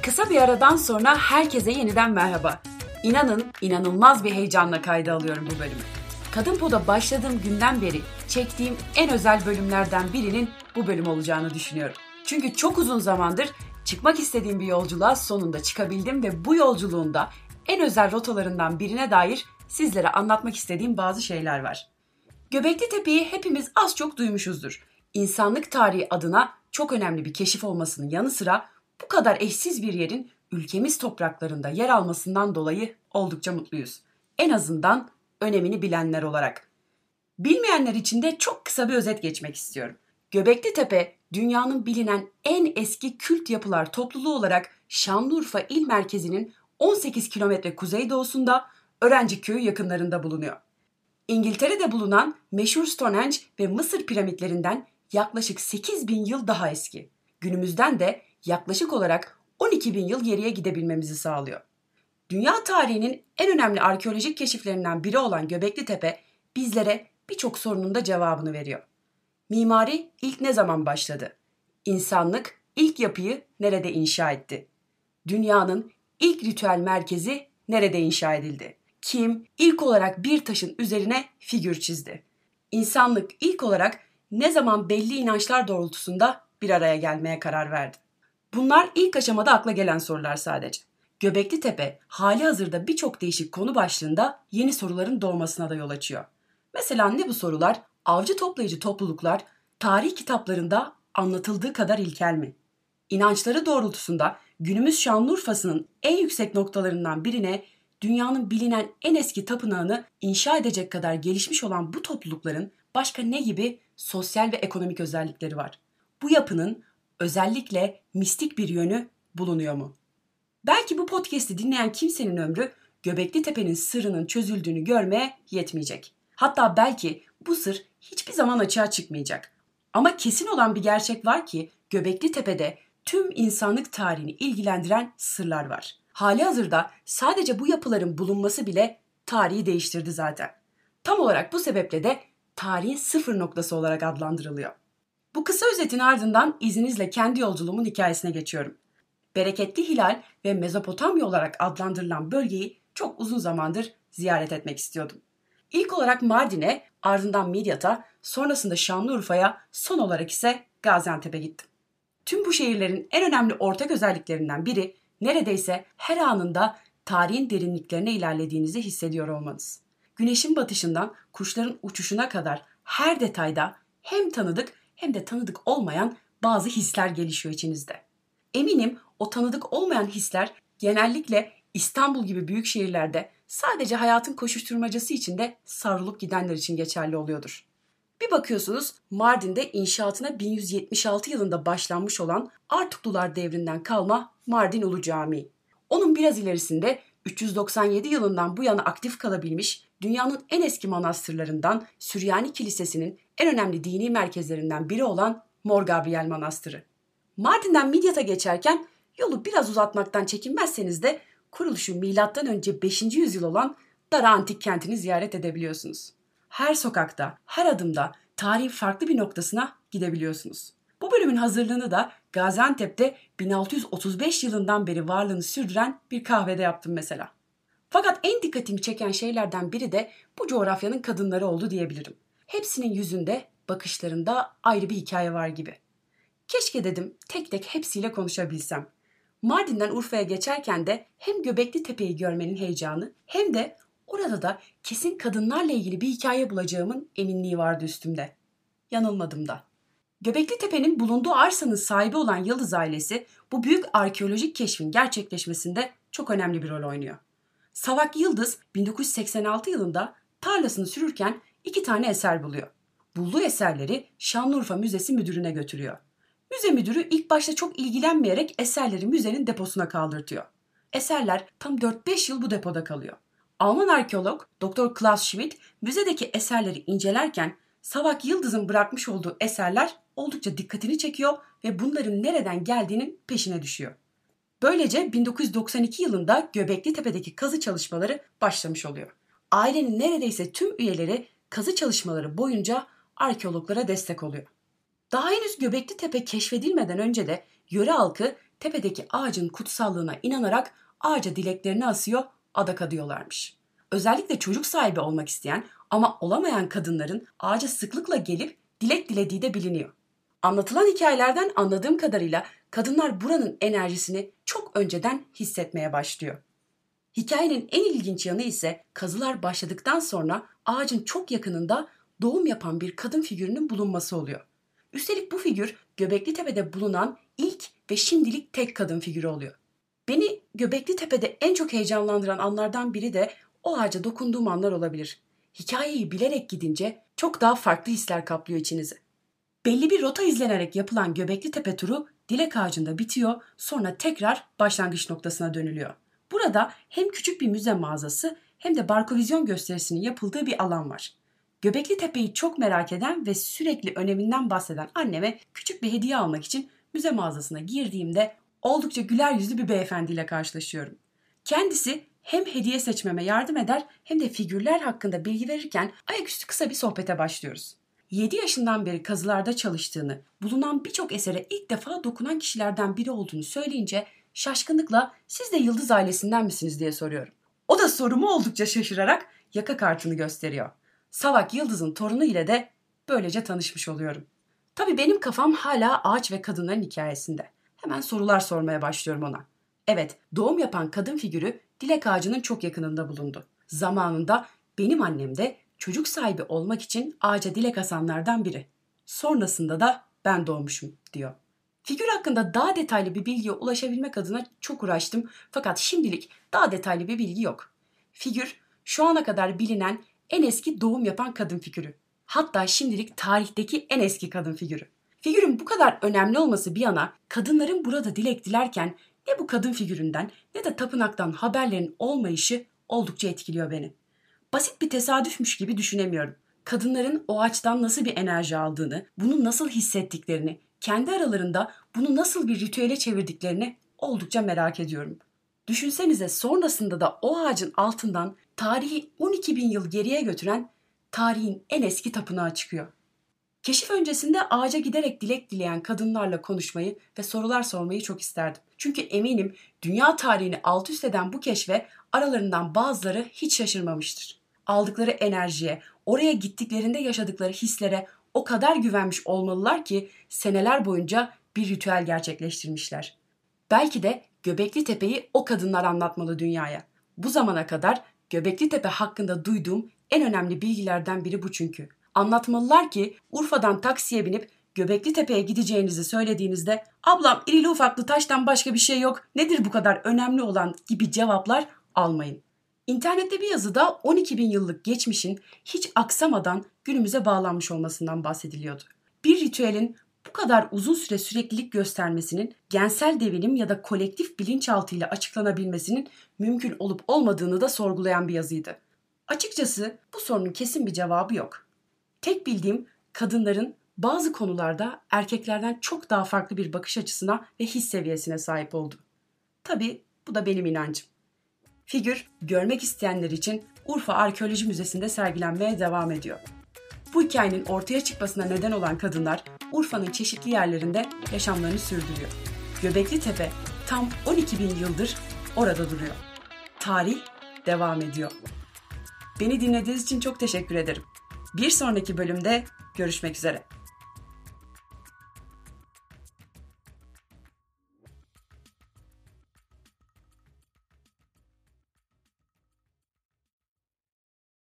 Kısa bir aradan sonra herkese yeniden merhaba. İnanın inanılmaz bir heyecanla kayda alıyorum bu bölümü. Kadın Pod'a başladığım günden beri çektiğim en özel bölümlerden birinin bu bölüm olacağını düşünüyorum. Çünkü çok uzun zamandır çıkmak istediğim bir yolculuğa sonunda çıkabildim ve bu yolculuğunda en özel rotalarından birine dair sizlere anlatmak istediğim bazı şeyler var. Göbekli Tepe'yi hepimiz az çok duymuşuzdur. İnsanlık tarihi adına çok önemli bir keşif olmasının yanı sıra bu kadar eşsiz bir yerin ülkemiz topraklarında yer almasından dolayı oldukça mutluyuz. En azından önemini bilenler olarak. Bilmeyenler için de çok kısa bir özet geçmek istiyorum. Göbekli Tepe, dünyanın bilinen en eski kült yapılar topluluğu olarak Şanlıurfa il merkezinin 18 kilometre kuzeydoğusunda Öğrenci Köyü yakınlarında bulunuyor. İngiltere'de bulunan meşhur Stonehenge ve Mısır piramitlerinden yaklaşık 8.000 yıl daha eski. Günümüzden de yaklaşık olarak 12.000 yıl geriye gidebilmemizi sağlıyor. Dünya tarihinin en önemli arkeolojik keşiflerinden biri olan Göbekli Tepe bizlere birçok sorunun da cevabını veriyor. Mimari ilk ne zaman başladı? İnsanlık ilk yapıyı nerede inşa etti? Dünyanın ilk ritüel merkezi nerede inşa edildi? Kim ilk olarak bir taşın üzerine figür çizdi? İnsanlık ilk olarak ne zaman belli inançlar doğrultusunda bir araya gelmeye karar verdi? Bunlar ilk aşamada akla gelen sorular sadece. Göbekli Tepe hali hazırda birçok değişik konu başlığında yeni soruların doğmasına da yol açıyor. Mesela ne bu sorular? Avcı toplayıcı topluluklar tarih kitaplarında anlatıldığı kadar ilkel mi? İnançları doğrultusunda günümüz Şanlıurfa'sının en yüksek noktalarından birine dünyanın bilinen en eski tapınağını inşa edecek kadar gelişmiş olan bu toplulukların başka ne gibi sosyal ve ekonomik özellikleri var? Bu yapının özellikle mistik bir yönü bulunuyor mu? Belki bu podcast'i dinleyen kimsenin ömrü Göbekli Tepe'nin sırrının çözüldüğünü görmeye yetmeyecek. Hatta belki bu sır hiçbir zaman açığa çıkmayacak. Ama kesin olan bir gerçek var ki Göbekli Tepe'de tüm insanlık tarihini ilgilendiren sırlar var. Halihazırda sadece bu yapıların bulunması bile tarihi değiştirdi zaten. Tam olarak bu sebeple de tarihin sıfır noktası olarak adlandırılıyor. Bu kısa özetin ardından izninizle kendi yolculuğumun hikayesine geçiyorum. Bereketli Hilal ve Mezopotamya olarak adlandırılan bölgeyi çok uzun zamandır ziyaret etmek istiyordum. İlk olarak Mardin'e, ardından Midyat'a, sonrasında Şanlıurfa'ya, son olarak ise Gaziantep'e gittim. Tüm bu şehirlerin en önemli ortak özelliklerinden biri neredeyse her anında tarihin derinliklerine ilerlediğinizi hissediyor olmanız. Güneşin batışından kuşların uçuşuna kadar her detayda hem tanıdık hem de tanıdık olmayan bazı hisler gelişiyor içinizde. Eminim o tanıdık olmayan hisler genellikle İstanbul gibi büyük şehirlerde sadece hayatın koşuşturmacası içinde savrulup gidenler için geçerli oluyordur. Bir bakıyorsunuz Mardin'de inşaatına 1176 yılında başlanmış olan Artuklular devrinden kalma Mardin Ulu Camii. Onun biraz ilerisinde 397 yılından bu yana aktif kalabilmiş dünyanın en eski manastırlarından Süryani Kilisesi'nin en önemli dini merkezlerinden biri olan Mor Gabriel Manastırı. Mardin'den Midyat'a geçerken yolu biraz uzatmaktan çekinmezseniz de kuruluşu M.Ö. 5. yüzyıl olan Dara Antik Kenti'ni ziyaret edebiliyorsunuz. Her sokakta, her adımda tarihin farklı bir noktasına gidebiliyorsunuz. Bu bölümün hazırlığını da Gaziantep'te 1635 yılından beri varlığını sürdüren bir kahvede yaptım mesela. Fakat en dikkatimi çeken şeylerden biri de bu coğrafyanın kadınları oldu diyebilirim. Hepsinin yüzünde, bakışlarında ayrı bir hikaye var gibi. Keşke dedim tek tek hepsiyle konuşabilsem. Mardin'den Urfa'ya geçerken de hem Göbekli Tepe'yi görmenin heyecanı hem de orada da kesin kadınlarla ilgili bir hikaye bulacağımın eminliği vardı üstümde. Yanılmadım da. Göbekli Tepe'nin bulunduğu arsanın sahibi olan Yıldız ailesi bu büyük arkeolojik keşfin gerçekleşmesinde çok önemli bir rol oynuyor. Savak Yıldız 1986 yılında tarlasını sürürken 2 tane eser buluyor. Bulduğu eserleri Şanlıurfa Müzesi müdürüne götürüyor. Müze müdürü ilk başta çok ilgilenmeyerek eserleri müzenin deposuna kaldırtıyor. Eserler tam 4-5 yıl bu depoda kalıyor. Alman arkeolog Dr. Klaus Schmidt müzedeki eserleri incelerken Savak Yıldız'ın bırakmış olduğu eserler oldukça dikkatini çekiyor ve bunların nereden geldiğinin peşine düşüyor. Böylece 1992 yılında Göbekli Tepe'deki kazı çalışmaları başlamış oluyor. Ailenin neredeyse tüm üyeleri kazı çalışmaları boyunca arkeologlara destek oluyor. Daha henüz Göbekli Tepe keşfedilmeden önce de yöre halkı tepedeki ağacın kutsallığına inanarak ağaca dileklerini asıyor, adak adıyorlarmış. Özellikle çocuk sahibi olmak isteyen ama olamayan kadınların ağaca sıklıkla gelip dilek dilediği de biliniyor. Anlatılan hikayelerden anladığım kadarıyla kadınlar buranın enerjisini çok önceden hissetmeye başlıyor. Hikayenin en ilginç yanı ise kazılar başladıktan sonra ağacın çok yakınında doğum yapan bir kadın figürünün bulunması oluyor. Üstelik bu figür Göbeklitepe'de bulunan ilk ve şimdilik tek kadın figürü oluyor. Beni Göbeklitepe'de en çok heyecanlandıran anlardan biri de o ağaca dokunduğum anlar olabilir. Hikayeyi bilerek gidince çok daha farklı hisler kaplıyor içinizi. Belli bir rota izlenerek yapılan Göbeklitepe turu dilek ağacında bitiyor, sonra tekrar başlangıç noktasına dönülüyor. Burada hem küçük bir müze mağazası hem de barkovizyon gösterisinin yapıldığı bir alan var. Göbeklitepe'yi çok merak eden ve sürekli öneminden bahseden anneme küçük bir hediye almak için müze mağazasına girdiğimde oldukça güler yüzlü bir beyefendiyle karşılaşıyorum. Kendisi hem hediye seçmeme yardım eder hem de figürler hakkında bilgi verirken ayaküstü kısa bir sohbete başlıyoruz. 7 yaşından beri kazılarda çalıştığını, bulunan birçok esere ilk defa dokunan kişilerden biri olduğunu söyleyince şaşkınlıkla "Siz de Yıldız ailesinden misiniz?" diye soruyorum. O da sorumu oldukça şaşırarak yaka kartını gösteriyor. Savak Yıldız'ın torunu ile de böylece tanışmış oluyorum. Tabii benim kafam hala ağaç ve kadınların hikayesinde. Hemen sorular sormaya başlıyorum ona. Evet, doğum yapan kadın figürü dilek ağacının çok yakınında bulundu. Zamanında benim annem de çocuk sahibi olmak için ağaca dilek asanlardan biri. Sonrasında da ben doğmuşum diyor. Figür hakkında daha detaylı bir bilgiye ulaşabilmek adına çok uğraştım fakat şimdilik daha detaylı bir bilgi yok. Figür şu ana kadar bilinen en eski doğum yapan kadın figürü. Hatta şimdilik tarihteki en eski kadın figürü. Figürün bu kadar önemli olması bir yana kadınların burada dilek dilerken ne bu kadın figüründen ne de tapınaktan haberlerin olmayışı oldukça etkiliyor beni. Basit bir tesadüfmüş gibi düşünemiyorum. Kadınların o ağaçtan nasıl bir enerji aldığını, bunu nasıl hissettiklerini, kendi aralarında bunu nasıl bir ritüele çevirdiklerini oldukça merak ediyorum. Düşünsenize sonrasında da o ağacın altından tarihi 12 bin yıl geriye götüren tarihin en eski tapınağı çıkıyor. Keşif öncesinde ağaca giderek dilek dileyen kadınlarla konuşmayı ve sorular sormayı çok isterdim. Çünkü eminim dünya tarihini alt üst eden bu keşfe aralarından bazıları hiç şaşırmamıştır. Aldıkları enerjiye, oraya gittiklerinde yaşadıkları hislere o kadar güvenmiş olmalılar ki seneler boyunca bir ritüel gerçekleştirmişler. Belki de Göbeklitepe'yi o kadınlar anlatmalı dünyaya. Bu zamana kadar Göbeklitepe hakkında duyduğum en önemli bilgilerden biri bu çünkü. Anlatmalılar ki Urfa'dan taksiye binip Göbeklitepe'ye gideceğinizi söylediğinizde "Ablam irili ufaklı taştan başka bir şey yok, nedir bu kadar önemli olan?" gibi cevaplar almayın. İnternette bir yazıda 12 bin yıllık geçmişin hiç aksamadan günümüze bağlanmış olmasından bahsediliyordu. Bir ritüelin bu kadar uzun süre süreklilik göstermesinin gensel devinim ya da kolektif bilinçaltı ile açıklanabilmesinin mümkün olup olmadığını da sorgulayan bir yazıydı. Açıkçası bu sorunun kesin bir cevabı yok. Tek bildiğim kadınların bazı konularda erkeklerden çok daha farklı bir bakış açısına ve his seviyesine sahip oldu. Tabii bu da benim inancım. Figür görmek isteyenler için Urfa Arkeoloji Müzesi'nde sergilenmeye devam ediyor. Bu hikayenin ortaya çıkmasına neden olan kadınlar Urfa'nın çeşitli yerlerinde yaşamlarını sürdürüyor. Göbeklitepe tam 12 bin yıldır orada duruyor. Tarih devam ediyor. Beni dinlediğiniz için çok teşekkür ederim. Bir sonraki bölümde görüşmek üzere.